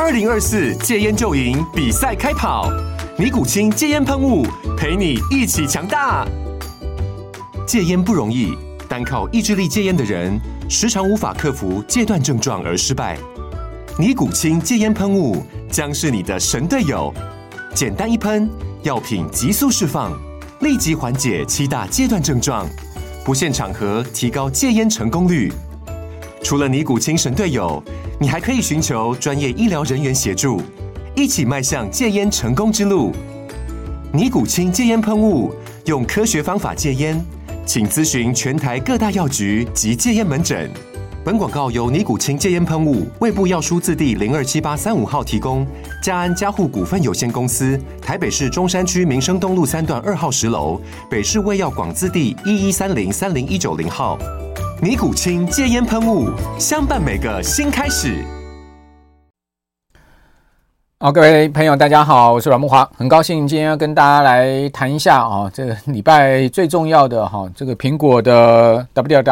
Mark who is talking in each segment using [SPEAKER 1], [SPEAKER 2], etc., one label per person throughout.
[SPEAKER 1] 2024戒烟就赢比赛开跑，尼古清戒烟喷雾陪你一起强大。戒烟不容易，单靠意志力戒烟的人，时常无法克服戒断症状而失败。尼古清戒烟喷雾将是你的神队友，简单一喷，药品急速释放，立即缓解7大戒断症状，不限场合提高戒烟成功率。除了尼古清神队友，你还可以寻求专业医疗人员协助，一起迈向戒烟成功之路。尼古清戒烟喷雾，用科学方法戒烟，请咨询全台各大药局及戒烟门诊。本广告由尼古清戒烟喷雾、卫部药书字第027835号提供，嘉安嘉护股份有限公司，台北市中山区民生东路3段2号10楼，北市卫药广字第1130-30190号。尼古清戒烟喷雾，相伴每个新开始。
[SPEAKER 2] 好，各位朋友大家好，我是阮慕骅，很高兴今天要跟大家来谈一下这个礼拜最重要的这个苹果的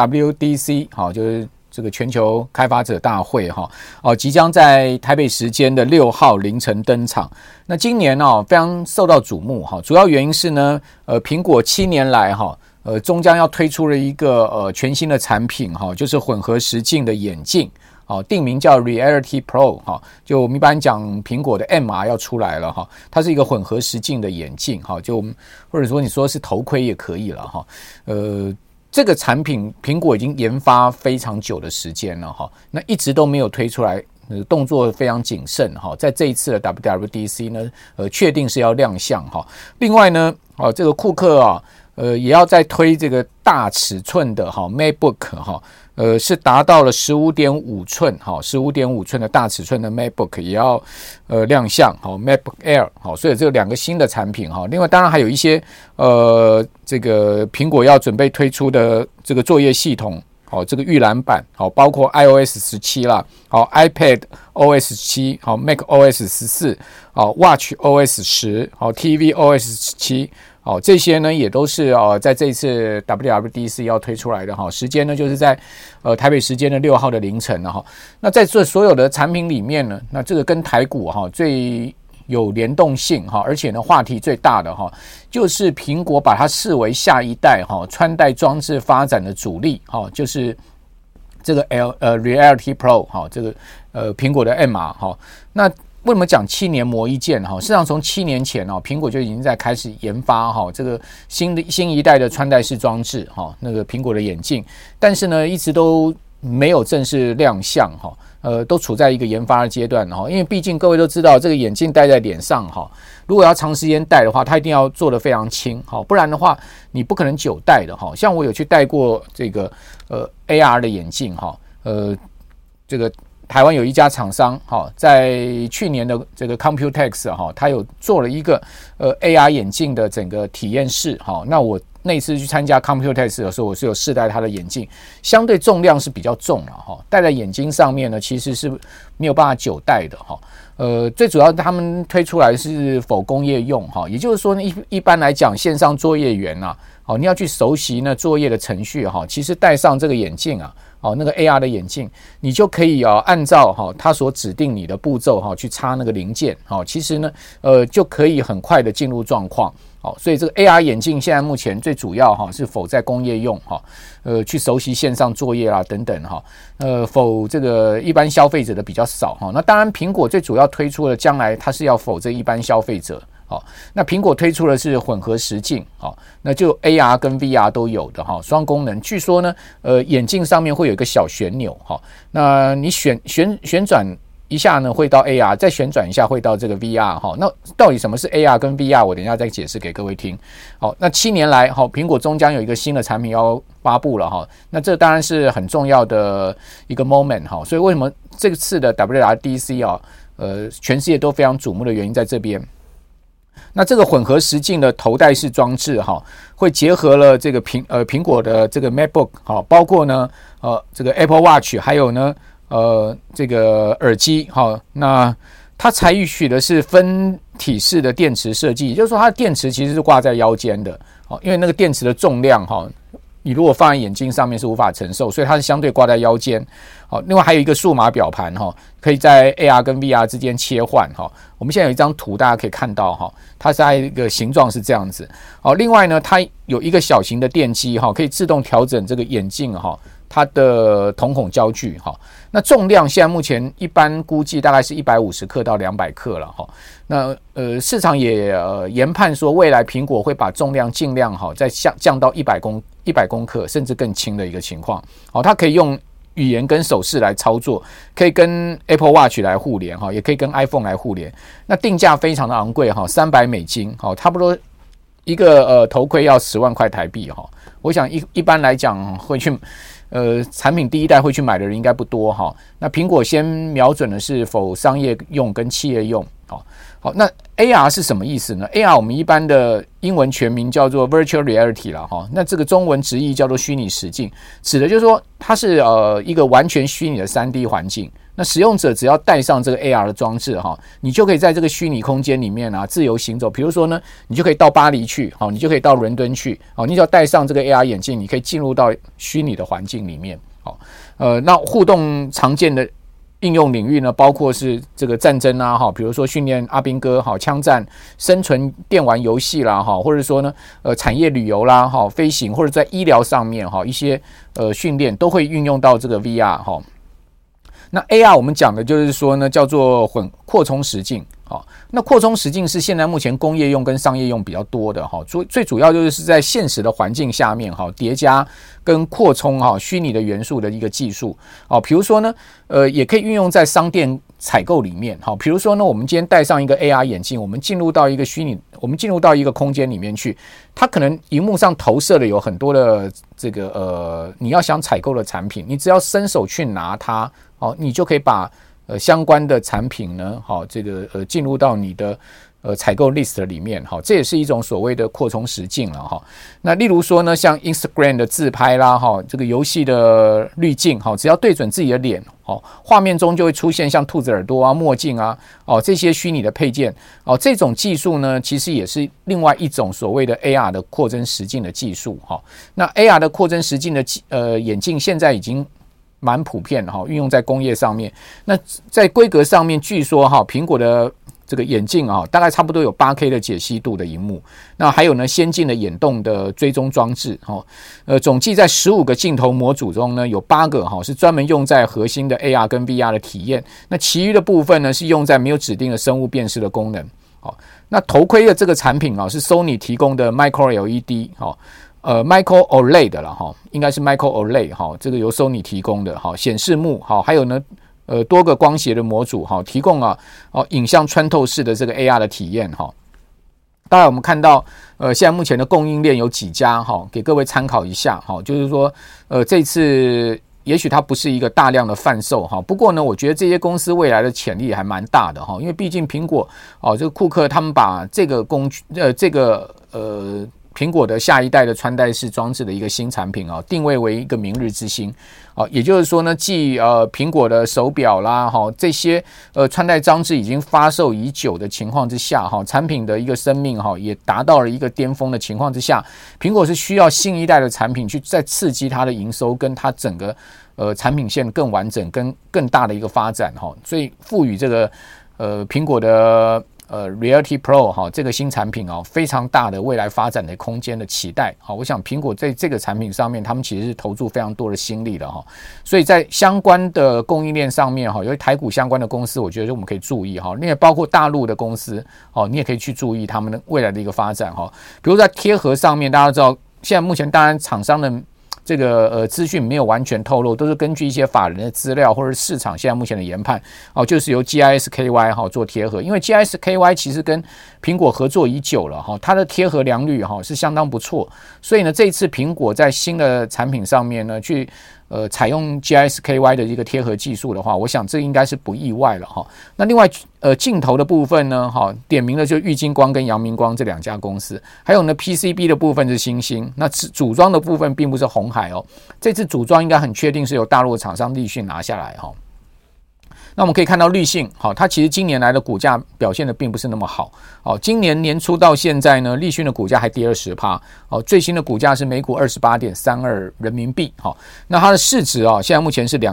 [SPEAKER 2] WWDC 就是这个全球开发者大会即将在台北时间的6号凌晨登场。那今年非常受到瞩目主要原因是呢苹果7年来终将要推出了一个全新的产品就是混合实境的眼镜定名叫 Reality Pro 就我们一般讲苹果的 MR 要出来了它是一个混合实境的眼镜就或者说你说是头盔也可以了这个产品苹果已经研发非常久的时间了那一直都没有推出来，动作非常谨慎在这一次的 WWDC 呢确定是要亮相另外呢这个库克也要再推这个大尺寸的MacBook是达到了 15.5 寸15.5寸的大尺寸的 MacBook 也要亮相MacBook Air 所以这两个新的产品另外当然还有一些这个苹果要准备推出的这个作业系统这个预览版包括 iOS 17啦iPad OS 7 Mac OS 14 Watch OS 10 TV OS 17这些呢也都是在这一次 WWDC 要推出来的时间呢就是在台北时间的6号的凌晨那在这所有的产品里面呢，那这个跟台股最有联动性而且呢话题最大的就是苹果把它视为下一代穿戴装置发展的主力就是这个Reality Pro 这个苹果的 MR 那为什么讲7年磨一剑事实上从7年前苹果就已经在开始研发这个新一代的穿戴式装置那个苹果的眼镜，但是呢一直都没有正式亮相都处在一个研发的阶段因为毕竟各位都知道这个眼镜戴在脸上如果要长时间戴的话它一定要做得非常轻不然的话你不可能久戴的像我有去戴过这个AR 的眼镜这个台湾有一家厂商在去年的这个 Computex 它有做了一个AR 眼镜的整个体验室那我那次去参加 Computex 的时候我是有试戴它的眼镜，相对重量是比较重了戴在眼睛上面呢其实是没有办法久戴的最主要他们推出来是否工业用也就是说呢一般来讲线上作业员你要去熟悉呢作业的程序其实戴上这个眼镜那个 AR 的眼镜你就可以按照它所指定你的步骤去插那个零件其实呢就可以很快的进入状况所以这个 AR 眼镜现在目前最主要是否在工业用去熟悉线上作业啦等等否这个一般消费者的比较少那当然苹果最主要推出的将来它是要否这一般消费者那苹果推出的是混合实境那就 AR 跟 VR 都有的双功能，据说呢眼镜上面会有一个小旋钮那你旋转一下呢会到 AR 再旋转一下会到这个 VR 那到底什么是 AR 跟 VR 我等一下再解释给各位听那7年来苹果终将有一个新的产品要发布了那这当然是很重要的一个 moment 所以为什么这次的 WWDC 全世界都非常瞩目的原因在这边。那这个混合实境的头戴式装置会结合了这个苹果的这个 MacBook 包括呢这个 Apple Watch 还有呢这个耳机那它采取的是分体式的电池设计，也就是说它的电池其实是挂在腰间的因为那个电池的重量你如果放在眼睛上面是无法承受，所以它是相对挂在腰间。好，另外还有一个数码表盘哈，可以在 AR 跟 VR 之间切换哈。我们现在有一张图，大家可以看到哈，它在一个形状是这样子。好，另外呢，它有一个小型的电机哈，可以自动调整这个眼镜哈，它的瞳孔焦距哈。那重量现在目前一般估计大概是150克到200克了哈。那市场也研判说，未来苹果会把重量尽量哈再降到100公克，甚至更轻的一个情况。好，它可以用语言跟手势来操作，可以跟 Apple Watch 来互联哈，也可以跟 iPhone 来互联。那定价非常的昂贵哈，$300哈，差不多一个头盔要10万块台币哈。我想一般来讲会去产品第一代会去买的人应该不多哈。那苹果先瞄准的是否商业用跟企业用。好，那 AR 是什么意思呢？ AR 我们一般的英文全名叫做 Virtual Reality 啦哈，那这个中文直译叫做虚拟实境，指的就是说它是一个完全虚拟的 3D 环境。那使用者只要带上这个 AR 的装置哈，你就可以在这个虚拟空间里面啊自由行走。比如说呢，你就可以到巴黎去，好，你就可以到伦敦去，好，你只要戴上这个 AR 眼镜，你可以进入到虚拟的环境里面。好，那互动常见的应用领域呢，包括是这个战争啊，比如说训练阿兵哥，枪战、生存电玩游戏啦，或者说呢，产业旅游啦，飞行或者在医疗上面一些训练都会运用到这个 VR 那 AR 我们讲的就是说呢，叫做扩充实境。那扩充实境是现在目前工业用跟商业用比较多的最主要就是在现实的环境下面叠加跟扩充虚拟的元素的一个技术。比如说呢，也可以运用在商店采购里面。比如说呢，我们今天戴上一个 AR 眼镜，我们进入到一个空间里面去，它可能荧幕上投射的有很多的这个你要想采购的产品，你只要伸手去拿它，你就可以把相关的产品呢，这个进入到你的采购 list 里面，这也是一种所谓的扩充实境了。那例如说呢，像 Instagram 的自拍啦，这个游戏的滤镜，只要对准自己的脸，画面中就会出现像兔子耳朵啊、墨镜啊，这些虚拟的配件。这种技术呢，其实也是另外一种所谓的 AR 的扩增实境的技术。那 AR 的扩增实境的眼镜现在已经蛮普遍的运用在工业上面。那在规格上面，据说苹果的这个眼镜大概差不多有 8K 的解析度的萤幕，那还有呢先进的眼动的追踪装置。总计在15个镜头模组中呢，有8个是专门用在核心的 AR 跟 VR 的体验，那其余的部分呢是用在没有指定的生物辨识的功能。那头盔的这个产品是 Sony 提供的 Micro LED。Micro OLED 的啦应该是 Micro OLED 这个由 Sony 提供的显示幕还有呢多个光学的模组提供影像穿透式的这个 AR 的体验当然我们看到现在目前的供应链有几家给各位参考一下就是说这次也许它不是一个大量的贩售不过呢我觉得这些公司未来的潜力还蛮大的因为毕竟苹果这个库克他们把这个苹果的下一代的穿戴式装置的一个新产品定位为一个明日之星也就是说呢，继苹果的手表啦这些穿戴装置已经发售已久的情况之下产品的一个生命也达到了一个巅峰的情况之下，苹果是需要新一代的产品去再刺激它的营收跟它整个产品线更完整跟更大的一个发展所以赋予这个苹果的Reality Pro 这个新产品非常大的未来发展的空间的期待我想苹果在这个产品上面他们其实是投注非常多的心力的所以在相关的供应链上面由于台股相关的公司我觉得我们可以注意你也包括大陆的公司你也可以去注意他们的未来的一个发展比如在贴合上面大家知道现在目前当然厂商的这个资讯没有完全透露，都是根据一些法人的资料或者市场现在目前的研判就是由 GIS-KY 做贴合，因为 GIS-KY 其实跟苹果合作已久了它的贴合良率是相当不错，所以呢这一次苹果在新的产品上面呢去采用 GIS-KY 的一个贴合技术的话，我想这应该是不意外了那另外镜头的部分呢点名的就是玉晶光跟阳明光这两家公司，还有呢 PCB 的部分是欣兴，那组装的部分并不是鸿海这次组装应该很确定是由大陆厂商立讯拿下来那我们可以看到立讯，好，它其实今年来的股价表现的并不是那么好。好，今年年初到现在呢，立讯的股价还跌了10%。好，最新的股价是每股28.32人民币。好，那它的市值啊，现在目前是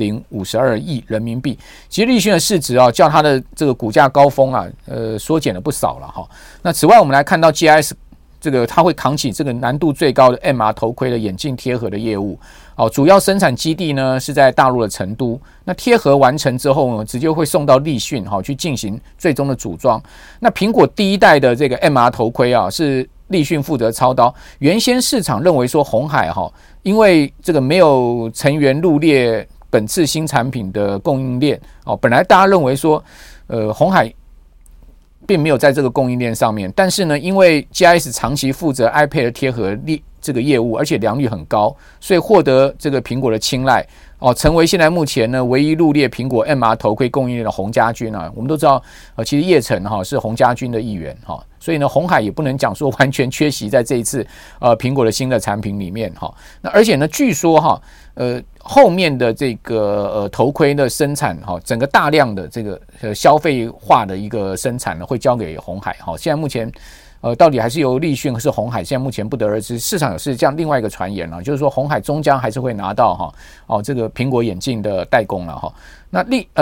[SPEAKER 2] 2052亿人民币。其实立讯的市值啊，较它的这个股价高峰啊，缩减了不少了哈。那此外，我们来看到 GIS。这个它会扛起这个难度最高的 MR 头盔的眼镜贴合的业务，主要生产基地呢是在大陆的成都。那贴合完成之后呢，直接会送到立讯去进行最终的组装。那苹果第一代的这个 MR 头盔啊，是立讯负责操刀。原先市场认为说鸿海因为这个没有成员入列本次新产品的供应链本来大家认为说鸿海并没有在这个供应链上面，但是呢，因为 GIS 长期负责 iPad 贴合这个业务，而且良率很高，所以获得这个苹果的青睐成为现在目前呢唯一入列苹果 MR 头盔供应链的鸿家军啊。我们都知道其实业成是鸿家军的一员所以呢鸿海也不能讲说完全缺席在这一次苹果的新的产品里面那而且呢据说后面的这个头盔的生产整个大量的这个消费化的一个生产呢会交给鸿海现在目前到底还是由立讯还是鸿海，现在目前不得而知。市场有是这样另外一个传言就是说鸿海终将还是会拿到这个苹果眼镜的代工了那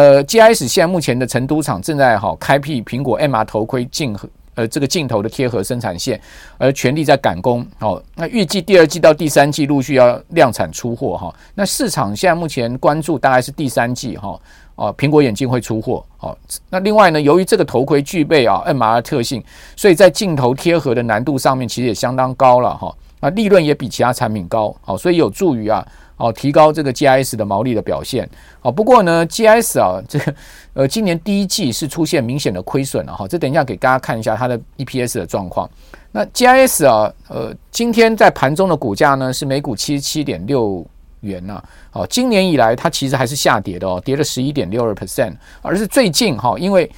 [SPEAKER 2] GIS 现在目前的成都厂正在开辟苹果 MR 头盔这个镜头的贴合生产线，而全力在赶工那预计第2季到第3季陆续要量产出货那市场现在目前关注大概是第3季苹果眼镜会出货那另外呢，由于这个头盔具备MR 特性，所以在镜头贴合的难度上面其实也相当高了那利润也比其他产品高所以有助于提高这个 GIS 的毛利的表现不过呢 GIS 这个今年第1季是出现明显的亏损了这等一下给大家看一下它的 EPS 的状况。那 GIS 今天在盘中的股价呢是每股77.6元今年以来它其实还是下跌的跌了 11.62%， 而是最近因为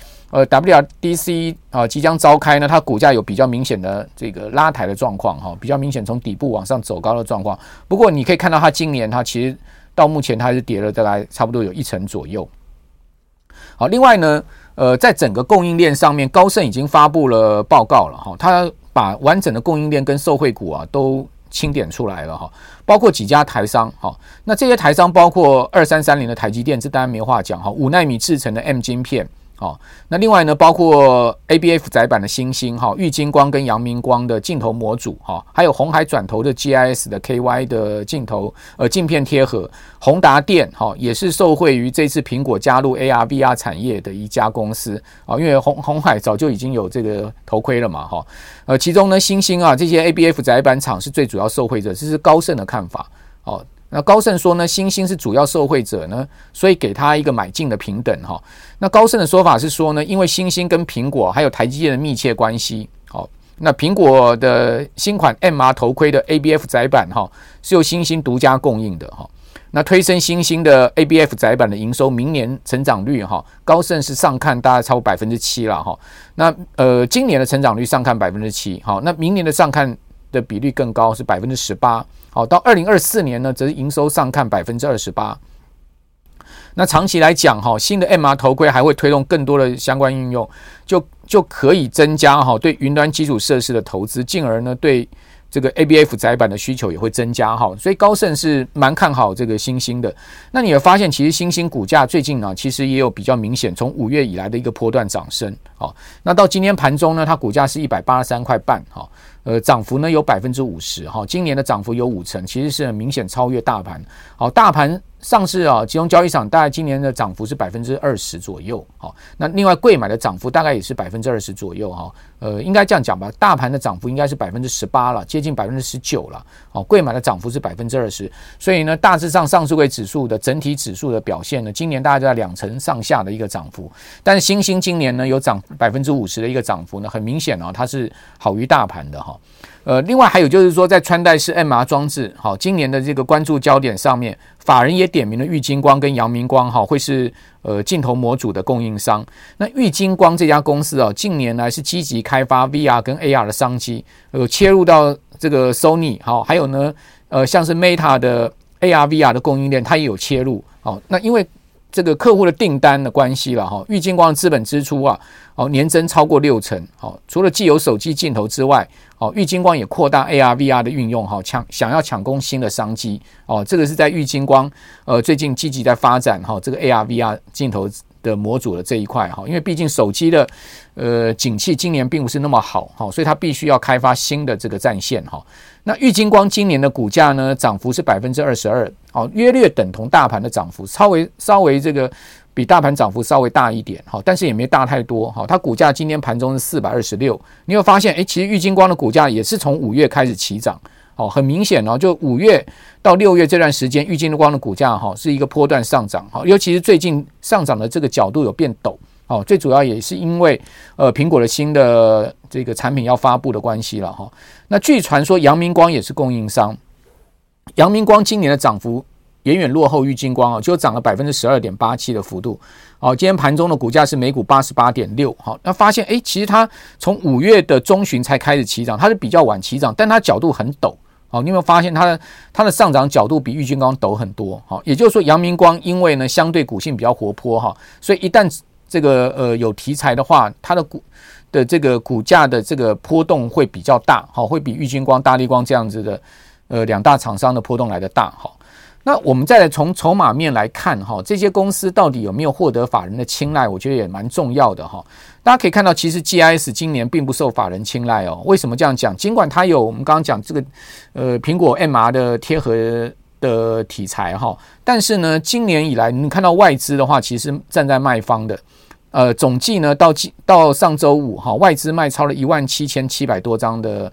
[SPEAKER 2] WDC 即将召开呢，它股价有比较明显的这个拉抬的状况比较明显从底部往上走高的状况。不过你可以看到它今年它其实到目前它还是跌了大概差不多有1成左右。好，另外呢在整个供应链上面，高盛已经发布了报告了它把完整的供应链跟受惠股都清点出来了包括几家台商那这些台商包括2330的台积电，这当然没话讲5奈米制成的 M 晶片那另外呢，包括 ABF 载板的欣兴玉晶光跟阳明光的镜头模组还有鸿海转投的 GIS 的 KY 的镜头镜片贴合，宏达电也是受惠于这次苹果加入 AR/VR 产业的一家公司因为鸿海早就已经有这个头盔了嘛其中呢欣兴这些 ABF 载板厂是最主要受惠者，这是高盛的看法那高盛说呢，欣兴是主要受惠者呢，所以给他一个买进的平等那高盛的说法是说呢，因为欣兴跟苹果还有台积电的密切关系那苹果的新款 MR 头盔的 ABF 载板是由欣兴独家供应的那推升欣兴的 ABF 载板的营收明年成长率高盛是上看大概超过 7% 了那今年的成长率上看 7%那明年的上看的比率更高是 18%到2024年呢则是营收上看 28%。那长期来讲新的 MR 头盔还会推动更多的相关应用，就可以增加对云端基础设施的投资，进而呢对这个 ABF 载板的需求也会增加所以高盛是蛮看好这个欣兴的。那你也发现其实欣兴股价最近呢其实也有比较明显从5月以来的一个波段涨升那到今天盘中呢它股价是183块半涨幅呢有 50%今年的涨幅有5成，其实是很明显超越大盘大盘上市集中交易场大概今年的涨幅是 20% 左右那另外柜买的涨幅大概也是 20% 左右应该这样讲吧，大盘的涨幅应该是 18% 了，接近 19% 了柜买的涨幅是 20%， 所以呢大致上上市柜指数的整体指数的表现呢今年大概在2成上下的一个涨幅，但是欣兴今年呢有涨 50% 的一个涨幅呢，很明显它是好于大盘的另外还有就是说在穿戴式 MR 装置今年的这个关注焦点上面，法人也点名了玉晶光跟阳明光会是镜头模组的供应商。那玉晶光这家公司近年来是积极开发 VR 跟 AR 的商机，切入到这个 Sony 还有呢像是 Meta 的 AR/VR 的供应链它也有切入那因为这个客户的订单的关系了哈，玉晶光的资本支出啊，年增超过60%。除了既有手机镜头之外，玉晶光也扩大 AR、VR 的运用，想要抢攻新的商机。这个是在玉晶光最近积极在发展这个 AR、VR 镜头的模组的这一块，因为毕竟手机的景气今年并不是那么好，所以它必须要开发新的这个战线。那玉晶光今年的股价呢，涨幅是 22%，约略等同大盘的涨幅，稍微这个比大盘涨幅稍微大一点，但是也没大太多。它股价今天盘中是426，你会发现其实玉晶光的股价也是从5月开始起涨，很明显就5月到6月这段时间，玉晶光的股价是一个波段上涨，尤其是最近上涨的这个角度有变陡，最主要也是因为苹果的新的这个产品要发布的关系了。那据传说阳明光也是供应商，阳明光今年的涨幅远远落后玉晶光，就涨了 12.87% 的幅度。今天盘中的股价是每股 88.6。那发现其实它从5月的中旬才开始起涨，它是比较晚起涨，但它角度很陡。你有没有发现它的上涨角度比玉晶光陡很多？也就是说阳明光因为呢相对股性比较活泼，所以一旦这个有题材的话，它的这个股价的这个波动会比较大，会比玉晶光、大立光这样子的两大厂商的波动来的大。那我们再来从筹码面来看，这些公司到底有没有获得法人的青睐，我觉得也蛮重要的。大家可以看到，其实 GIS 今年并不受法人青睐哦。为什么这样讲？尽管它有我们刚刚讲这个苹果 MR 的贴合的题材，但是呢，今年以来你看到外资的话，其实站在卖方的。总计呢到上周五外资卖超了17700多张的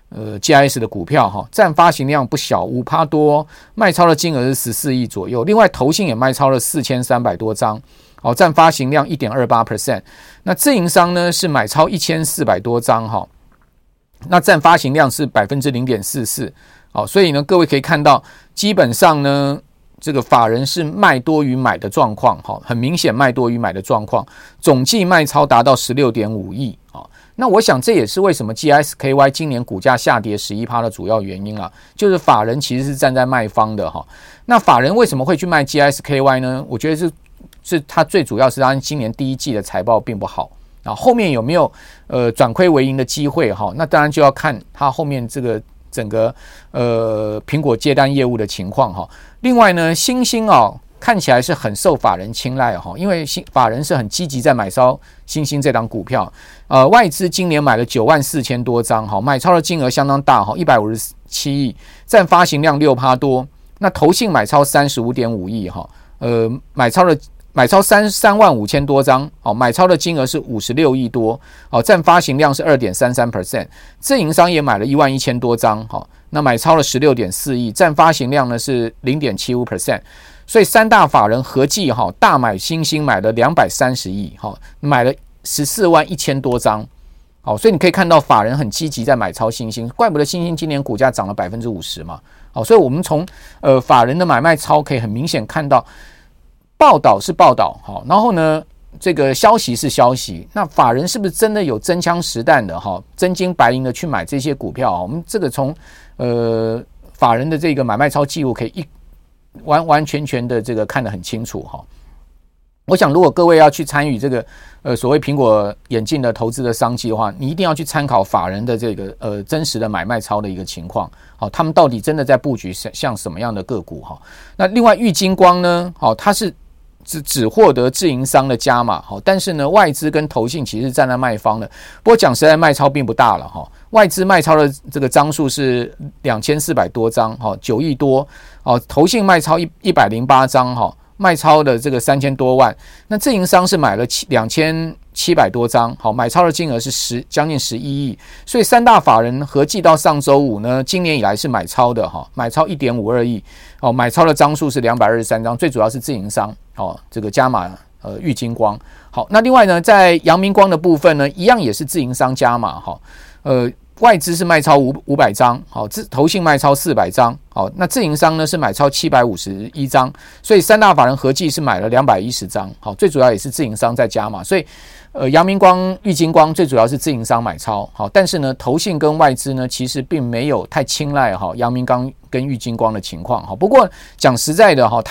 [SPEAKER 2] GIS 的股票，占发行量不小 5% 多，卖超的金额是14亿左右。另外投信也卖超了4300多张，占发行量 1.28%。那自营商呢是买超1400多张，那占发行量是 0.44%。所以呢各位可以看到，基本上呢这个法人是卖多于买的状况，很明显卖多于买的状况，总计卖超达到 16.5 亿。那我想这也是为什么 GISKY 今年股价下跌 11% 的主要原因啊，就是法人其实是站在卖方的。那法人为什么会去卖 GISKY 呢？我觉得是它最主要是它今年第一季的财报并不好，后面有没有转亏为盈的机会，那当然就要看它后面这个整个苹果接单业务的情况。另外呢，星星看起来是很受法人青睐，因为法人是很积极在买超星星这档股票。外资今年买了94000多张，买超的金额相当大，157亿，占发行量 6% 多。那投信买超 35.5 亿，买超35000多张，买超的金额是56亿多，占发行量是 2.33%。自营商也买了11000多张，那买超了 16.4 亿，占发行量呢是 0.75%。所以三大法人合计大买星星买了230亿，买了141000多张。所以你可以看到法人很积极在买超星星，怪不得星星今年股价涨了 50% 嘛。所以我们从法人的买卖超可以很明显看到，报道是报道，然后呢这个消息是消息，那法人是不是真的有真枪实弹的真金白银的去买这些股票？我们这个从法人的这个买卖超记录可以完完全全的这个看得很清楚。我想如果各位要去参与这个所谓苹果眼镜的投资的商机的话，你一定要去参考法人的这个真实的买卖超的一个情况，他们到底真的在布局像什么样的个股。那另外玉晶光呢，它是只获得自营商的加码，但是呢外资跟投信其实站在卖方的。不过讲实在，卖超并不大了，外资卖超的这个张数是2400多张，9亿多，投信卖超108张，卖超的这个3000多万。那自营商是买了2700多张，买超的金额是将近11亿。所以三大法人合计到上周五呢，今年以来是买超的，买超 1.52 亿，买超的张数是223张，最主要是自营商这个加码玉晶光。好，那另外呢，在阳明光的部分呢，一样也是自营商加码，外资是卖超500张，投信卖超400张，那自营商呢是买超751张，所以三大法人合计是买了210张，最主要也是自营商在加码，所以阳明光、玉晶光最主要是自营商买超，但是呢，投信跟外资呢其实并没有太青睐阳明光跟玉晶光的情况。不过讲实在的，他们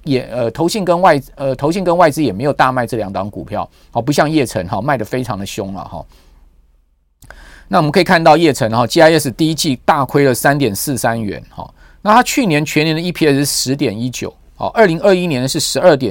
[SPEAKER 2] 投信跟外资也没有大卖这2档股票，好，不像业成卖得非常的凶了哈。那我们可以看到业成GIS 第一季大亏了 3.43 元哈，那它去年全年的 EPS 是 10.19， 好，2021年是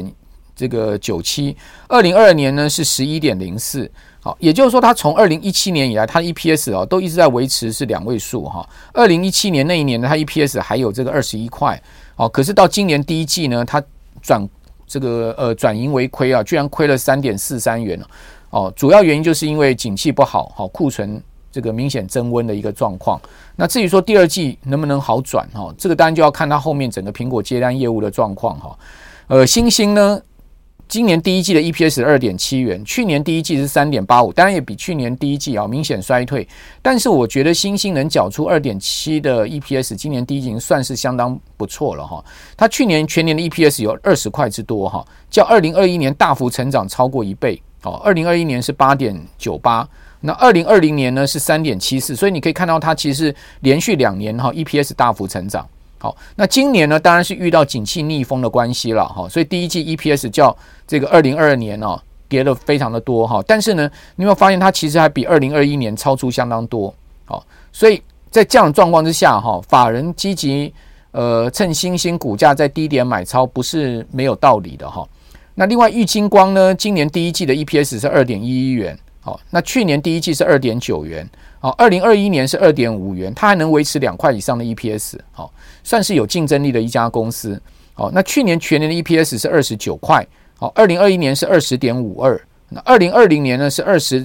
[SPEAKER 2] 12.97， 2022年呢是 11.04， 好，也就是说它从2017年以来它的 EPS 都一直在维持是2位数哈。2017年那一年呢它 EPS 还有这个21块，好，可是到今年第一季呢它转盈为亏啊，居然亏了 3.43 元哦，主要原因就是因为景气不好，库存这个明显增温的一个状况。那至于说第二季能不能好转这个当然就要看它后面整个苹果接单业务的状况新兴呢今年第一季的 EPS 2.7 元，去年第一季是 3.85， 当然也比去年第一季明显衰退，但是我觉得新兴能缴出 2.7 的 EPS， 今年第一季已经算是相当不错了它去年全年的 EPS 有20块之多较2021年大幅成长超过1倍，2021年是 8.98， 那2020年呢是 3.74， 所以你可以看到它其实连续2年EPS 大幅成长。好，那今年呢当然是遇到景气逆风的关系了所以第一季 EPS 较这个2022年跌了非常的多但是呢你有没有发现它其实还比2021年超出相当多所以在这样的状况之下法人积极趁新兴股价在低点买超不是没有道理的那另外玉晶光呢今年第一季的 EPS 是 2.11 元那去年第一季是 2.9 元2021年是 2.5 元，它还能维持2块以上的 EPS， 算是有竞争力的一家公司。那去年全年的 EPS 是29块，2021年是 20.52， 那2020年呢是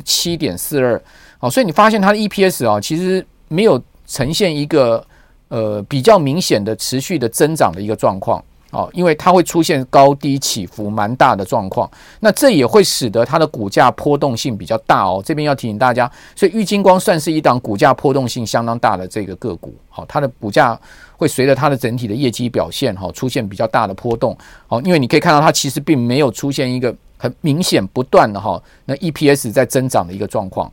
[SPEAKER 2] 27.42， 所以你发现它的 EPS 其实没有呈现一个比较明显的持续的增长的一个状况。因为它会出现高低起伏蛮大的状况，那这也会使得它的股价波动性比较大这边要提醒大家，所以玉晶光算是一档股价波动性相当大的这个个股它的股价会随着它的整体的业绩表现出现比较大的波动因为你可以看到它其实并没有出现一个很明显不断的那 EPS 在增长的一个状况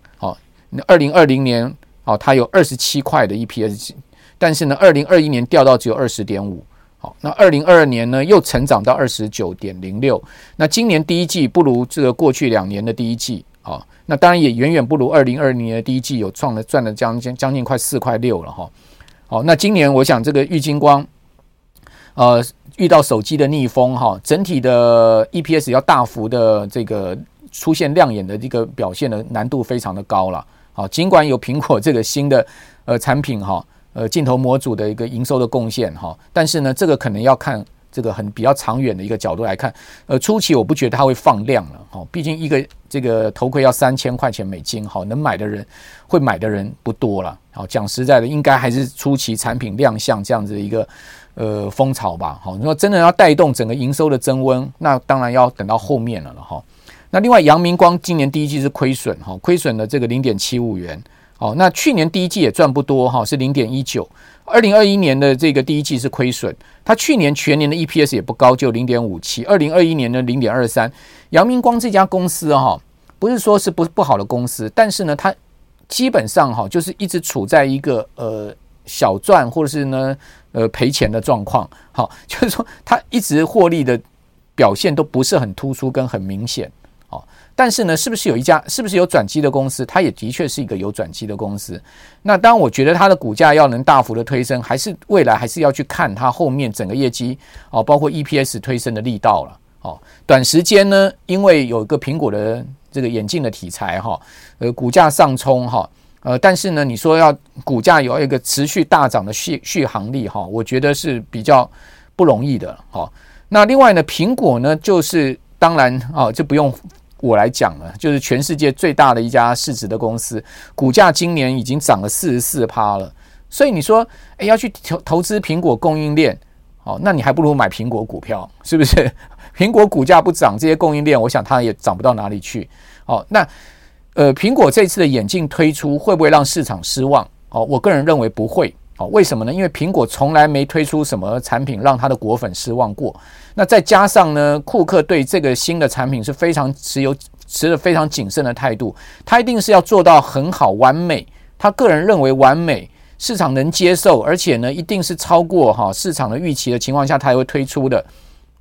[SPEAKER 2] 2020年它有27块的 EPS， 但是呢2021年掉到只有 20.5，那2022年呢又成长到 29.06， 那今年第一季不如这个过去2年的第一季那当然也远远不如2020年的第一季有赚了将近快4块6了那今年我想这个玉晶光遇到手机的逆风整体的 EPS 要大幅的这个出现亮眼的这个表现的难度非常的高了尽管有苹果这个新的产品镜头模组的一个营收的贡献但是呢这个可能要看这个比较长远的一个角度来看初期我不觉得它会放量了毕竟一个这个头盔要3000块钱美金能买的人会买的人不多了讲实在的应该还是初期产品亮相这样子的一个风潮吧你说真的要带动整个营收的增温，那当然要等到后面了那另外阳明光今年第一季是亏损了这个 0.75 元那去年第一季也赚不多是 0.19， 2021年的这个第一季是亏损，它去年全年的 EPS 也不高，就 0.57， 2021年的 0.23。 阳明光这家公司不是说是不好的公司，但是呢它基本上就是一直处在一个小赚或者是呢赔钱的状况就是说它一直获利的表现都不是很突出跟很明显但是呢是不是有转机的公司，它也的确是一个有转机的公司。那当然我觉得它的股价要能大幅的推升，未来还是要去看它后面整个业绩包括 EPS 推升的力道了短时间呢因为有一个苹果的这个眼镜的题材股价上冲但是呢你说要股价有一个持续大涨的续航力我觉得是比较不容易的那另外呢苹果呢就是当然就不用我来讲了，就是全世界最大的一家市值的公司，股价今年已经涨了 44% 了，所以你说要去投资苹果供应链那你还不如买苹果股票，是不是？苹果股价不涨，这些供应链我想它也涨不到哪里去那苹果这次的眼镜推出会不会让市场失望我个人认为不会为什么呢？因为苹果从来没推出什么产品让他的果粉失望过。那再加上呢，库克对这个新的产品是非常持着非常谨慎的态度，他一定是要做到很好完美，他个人认为完美，市场能接受，而且呢一定是超过市场的预期的情况下他才会推出的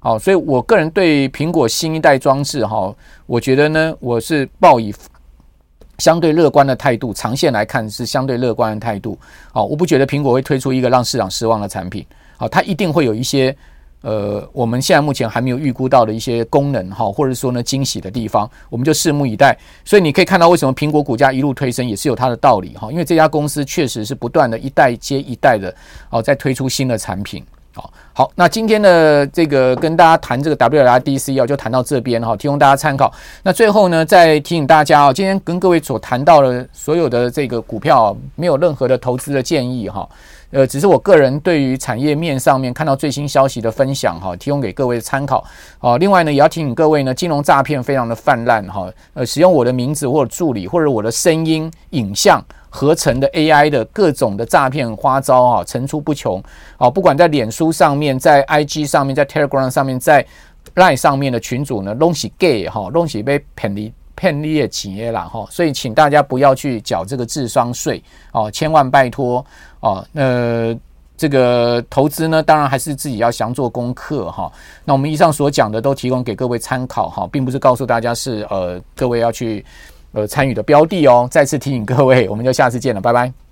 [SPEAKER 2] 好，所以我个人对苹果新一代装置我觉得呢，我是抱以相对乐观的态度，长线来看是相对乐观的态度。我不觉得苹果会推出一个让市场失望的产品。它一定会有一些我们现在目前还没有预估到的一些功能或者说呢惊喜的地方，我们就拭目以待。所以你可以看到为什么苹果股价一路推升也是有它的道理因为这家公司确实是不断的一代接一代的在推出新的产品。好，那今天的这个跟大家谈这个 WWDC 就谈到这边提供大家参考。那最后呢，再提醒大家今天跟各位所谈到的所有的这个股票没有任何的投资的建议只是我个人对于产业面上面看到最新消息的分享提供给各位参考。另外呢，也要提醒各位呢，金融诈骗非常的泛滥使用我的名字或者助理或者我的声音、影像合成的 AI 的各种的诈骗花招层出不穷不管在脸书上面，在 IG 上面，在 Telegram 上面，在 LINE 上面的群组呢，都是 gay 都是被骗你的钱啦所以请大家不要去缴这个智商税千万拜托这个投资呢，当然还是自己要详做功课那我们以上所讲的都提供给各位参考并不是告诉大家是各位要去参与的标的再次提醒各位，我们就下次见了，拜拜。